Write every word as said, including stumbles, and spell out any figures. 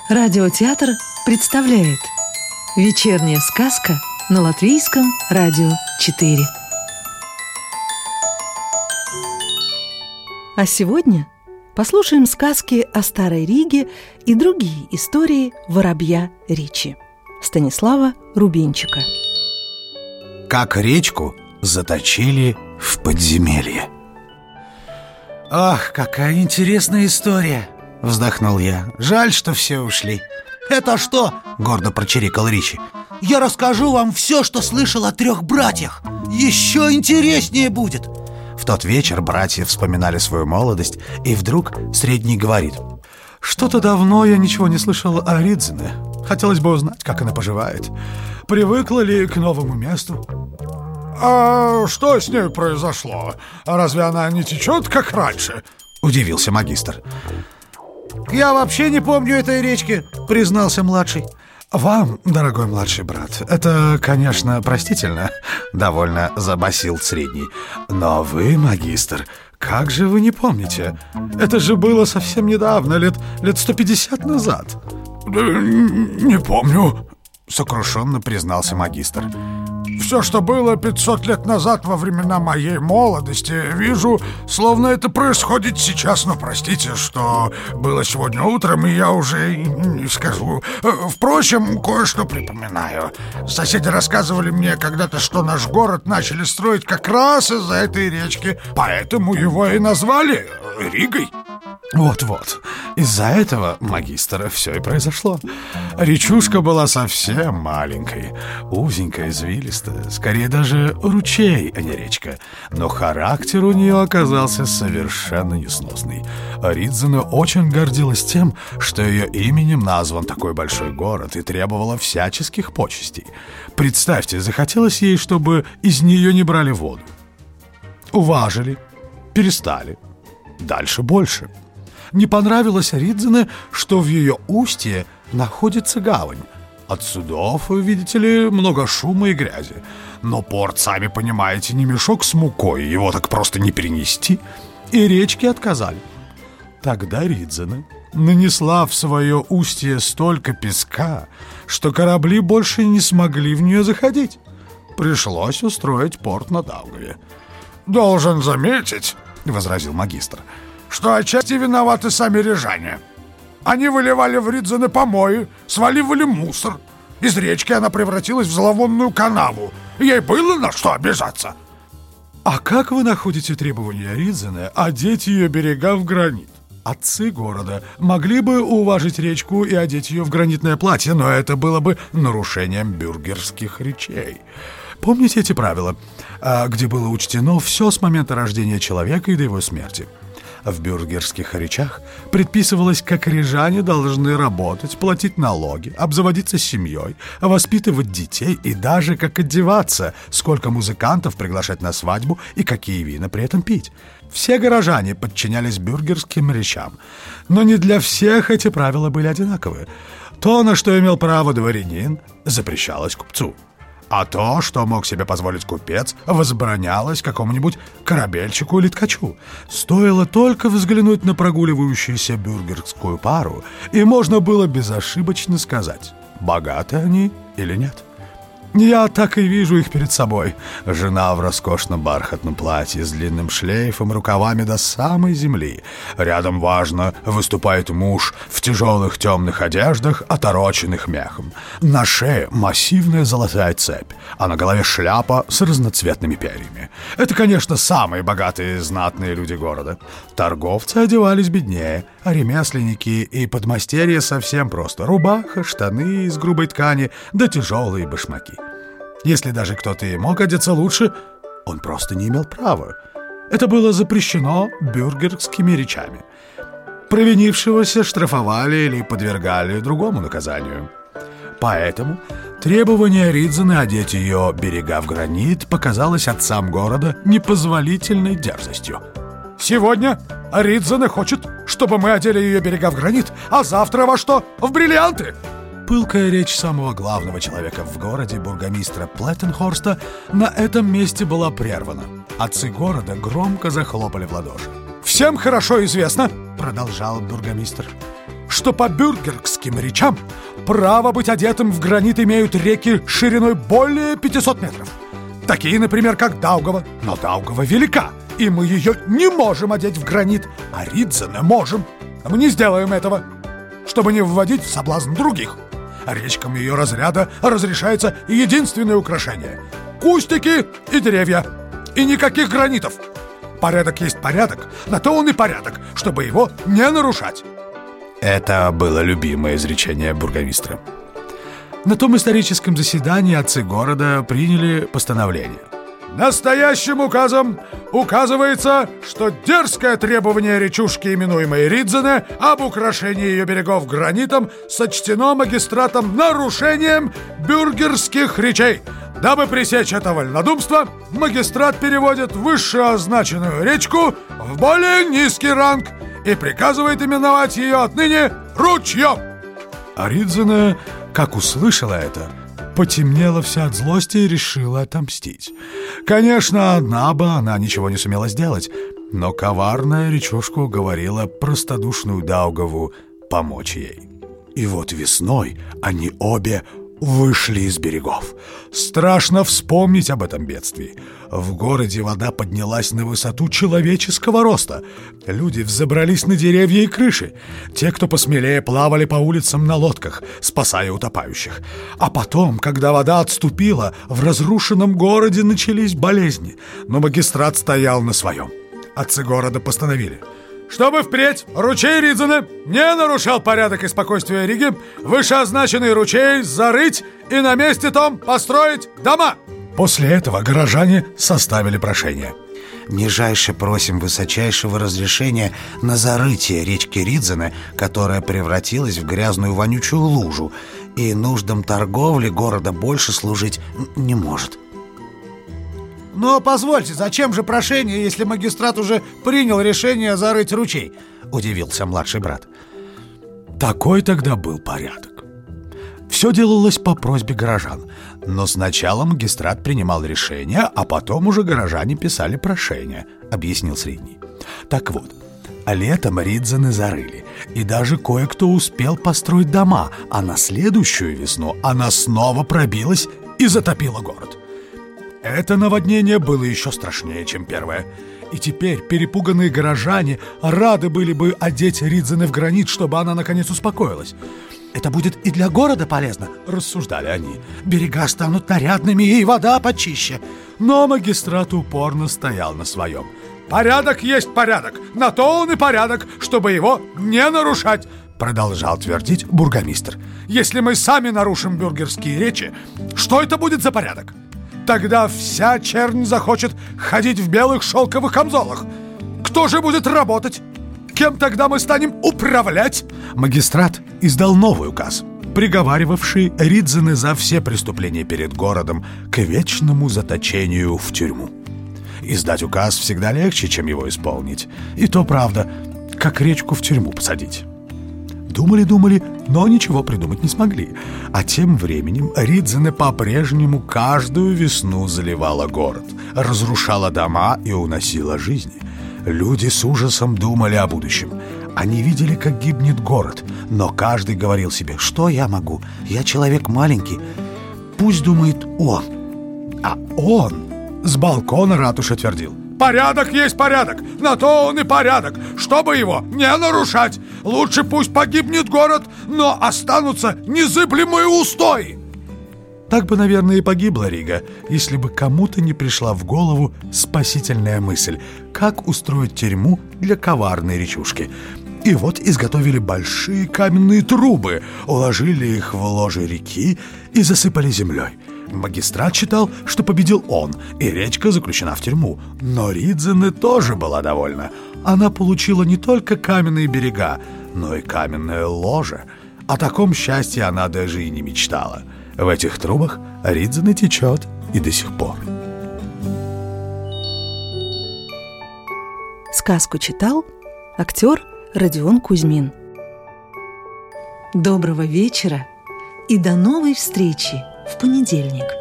Радиотеатр представляет «Вечерняя сказка» на Латвийском радио четыре. А сегодня послушаем сказки о Старой Риге и другие истории воробья Ричи Станислава Рубинчика. Как речку заточили в подземелье. «Ах, какая интересная история!» — вздохнул я. «Жаль, что все ушли». «Это что?» — гордо прочирикал Ричи. «Я расскажу вам все, что слышал о трех братьях. Еще интереснее будет!» В тот вечер братья вспоминали свою молодость, и вдруг Средний говорит: «Что-то давно я ничего не слышал о Ридзене. Хотелось бы узнать, как она поживает. Привыкла ли к новому месту?» «А что с ней произошло? Разве она не течет, как раньше?» — удивился магистр. «Я вообще не помню этой речки», — признался младший. «Вам, дорогой младший брат, это, конечно, простительно», — довольно забасил Средний. «Но вы, магистр, как же вы не помните? Это же было совсем недавно, лет, лет сто пятьдесят назад». «Да не помню», — сокрушенно признался магистр. «Все, что было пятьсот лет назад во времена моей молодости, вижу, словно это происходит сейчас. Но простите, что было сегодня утром, и я уже не скажу. Впрочем, кое-что припоминаю. Соседи рассказывали мне когда-то, что наш город начали строить как раз из-за этой речки, поэтому его и назвали Ригой». Вот-вот, из-за этого, магистр, все и произошло. Речушка была совсем маленькой, узенькая, извилистая, скорее даже ручей, а не речка. Но характер у нее оказался совершенно несносный. Ридзене очень гордилась тем, что ее именем назван такой большой город, и требовала всяческих почестей. Представьте, захотелось ей, чтобы из нее не брали воду. Уважили, перестали, дальше больше. Не понравилось Ридзене, что в ее устье находится гавань. От судов, видите ли, много шума и грязи. Но порт, сами понимаете, не мешок с мукой, его так просто не перенести. И речки отказали. Тогда Ридзене нанесла в свое устье столько песка, что корабли больше не смогли в нее заходить. Пришлось устроить порт на Даугаве. «Должен заметить», — возразил магистр, «что отчасти виноваты сами рижане. Они выливали в Ридзене помои, сваливали мусор. Из речки она превратилась в зловонную канаву. Ей было на что обижаться». «А как вы находите требования Ридзене одеть ее берега в гранит? Отцы города могли бы уважить речку и одеть ее в гранитное платье, но это было бы нарушением бюргерских речей. Помните эти правила, где было учтено все с момента рождения человека и до его смерти? В бюргерских речах предписывалось, как рижане должны работать, платить налоги, обзаводиться семьей, воспитывать детей и даже как одеваться, сколько музыкантов приглашать на свадьбу и какие вина при этом пить. Все горожане подчинялись бюргерским речам, но не для всех эти правила были одинаковы. То, на что имел право дворянин, запрещалось купцу. А то, что мог себе позволить купец, возбранялось какому-нибудь корабельщику или ткачу. Стоило только взглянуть на прогуливающуюся бюргерскую пару, и можно было безошибочно сказать, богаты они или нет. Я так и вижу их перед собой. Жена в роскошном бархатном платье с длинным шлейфом, рукавами до самой земли. Рядом важно выступает муж в тяжелых темных одеждах, отороченных мехом. На шее массивная золотая цепь, а на голове шляпа с разноцветными перьями. Это, конечно, самые богатые знатные люди города. Торговцы одевались беднее, а ремесленники и подмастерья совсем просто. Рубаха, штаны из грубой ткани, да тяжелые башмаки. Если даже кто-то и мог одеться лучше, он просто не имел права. Это было запрещено бюргерскими речами. Провинившегося штрафовали или подвергали другому наказанию. Поэтому требование Ридзене одеть ее берега в гранит показалось отцам города непозволительной дерзостью. «Сегодня Ридзене хочет, чтобы мы одели ее берега в гранит, а завтра во что? В бриллианты!» Пылкая речь самого главного человека в городе, бургомистра Плеттенхорста, на этом месте была прервана. Отцы города громко захлопали в ладоши. «Всем хорошо известно, — продолжал бургомистр, что по бюргерским речам право быть одетым в гранит имеют реки шириной более пятисот метров. Такие, например, как Даугава. Но Даугава велика, и мы ее не можем одеть в гранит, а Ридзене можем. Мы не сделаем этого, чтобы не вводить в соблазн других. Речкам ее разряда разрешается единственное украшение — кустики и деревья. И никаких гранитов. Порядок есть порядок, на то он и порядок, чтобы его не нарушать. Это было любимое изречение бургомистра. На том историческом заседании отцы города приняли постановление. Настоящим указом указывается, что дерзкое требование речушки, именуемой Ридзене, об украшении ее берегов гранитом сочтено магистратом нарушением бюргерских речей. Дабы пресечь это вольнодумство, магистрат переводит вышеозначенную речку в более низкий ранг и приказывает именовать ее отныне ручьем. А Ридзене, как услышала это, потемнела вся от злости и решила отомстить. Конечно, одна бы она ничего не сумела сделать, но коварная речушка уговорила простодушную Даугаву помочь ей. И вот весной они обе вышли из берегов. Страшно вспомнить об этом бедствии. В городе вода поднялась на высоту человеческого роста. Люди взобрались на деревья и крыши. Те, кто посмелее, плавали по улицам на лодках, спасая утопающих. А потом, когда вода отступила, в разрушенном городе начались болезни. Но магистрат стоял на своем. Отцы города постановили: чтобы впредь ручей Ридзене не нарушал порядок и спокойствие Риги, вышеозначенный ручей зарыть и на месте том построить дома. После этого горожане составили прошение. Нижайше просим высочайшего разрешения на зарытие речки Ридзене, которая превратилась в грязную вонючую лужу, и нуждам торговли города больше служить не может. Но позвольте, зачем же прошение, если магистрат уже принял решение зарыть ручей? Удивился младший брат. Такой тогда был порядок. Все делалось по просьбе горожан. Но сначала магистрат принимал решение, а потом уже горожане писали прошение, объяснил средний. Так вот, а летом Ридзене зарыли, и даже кое-кто успел построить дома, а на следующую весну она снова пробилась и затопила город. Это наводнение было еще страшнее, чем первое. И теперь перепуганные горожане рады были бы одеть Ридзене в гранит, чтобы она наконец успокоилась. Это будет и для города полезно, рассуждали они. Берега станут нарядными, и вода почище. Но магистрат упорно стоял на своем. Порядок есть порядок, на то он и порядок, чтобы его не нарушать, продолжал твердить бургомистр. Если мы сами нарушим бюргерские речи, что это будет за порядок? Тогда вся чернь захочет ходить в белых шелковых камзолах. Кто же будет работать? Кем тогда мы станем управлять? Магистрат издал новый указ, приговаривавший Ридзене за все преступления перед городом к вечному заточению в тюрьму. Издать указ всегда легче, чем его исполнить. И то правда, как речку в тюрьму посадить. Думали-думали, но ничего придумать не смогли. А тем временем Ридзене по-прежнему каждую весну заливала город, разрушала дома и уносила жизни. Люди с ужасом думали о будущем. Они видели, как гибнет город, но каждый говорил себе: что я могу? Я человек маленький. Пусть думает он. А он с балкона ратуши твердил: порядок есть порядок, на то он и порядок, чтобы его не нарушать. Лучше пусть погибнет город, но останутся незыблемые устои. Так бы, наверное, и погибла Рига, если бы кому-то не пришла в голову спасительная мысль, как устроить тюрьму для коварной речушки. И вот изготовили большие каменные трубы, уложили их в ложе реки и засыпали землей. Магистрат считал, что победил он, и речка заключена в тюрьму. Но Ридзене тоже была довольна. Она получила не только каменные берега, но и каменное ложе. О таком счастье она даже и не мечтала. В этих трубах Ридзене течет и до сих пор. Сказку читал актер Родион Кузьмин. Доброго вечера и до новой встречи в понедельник.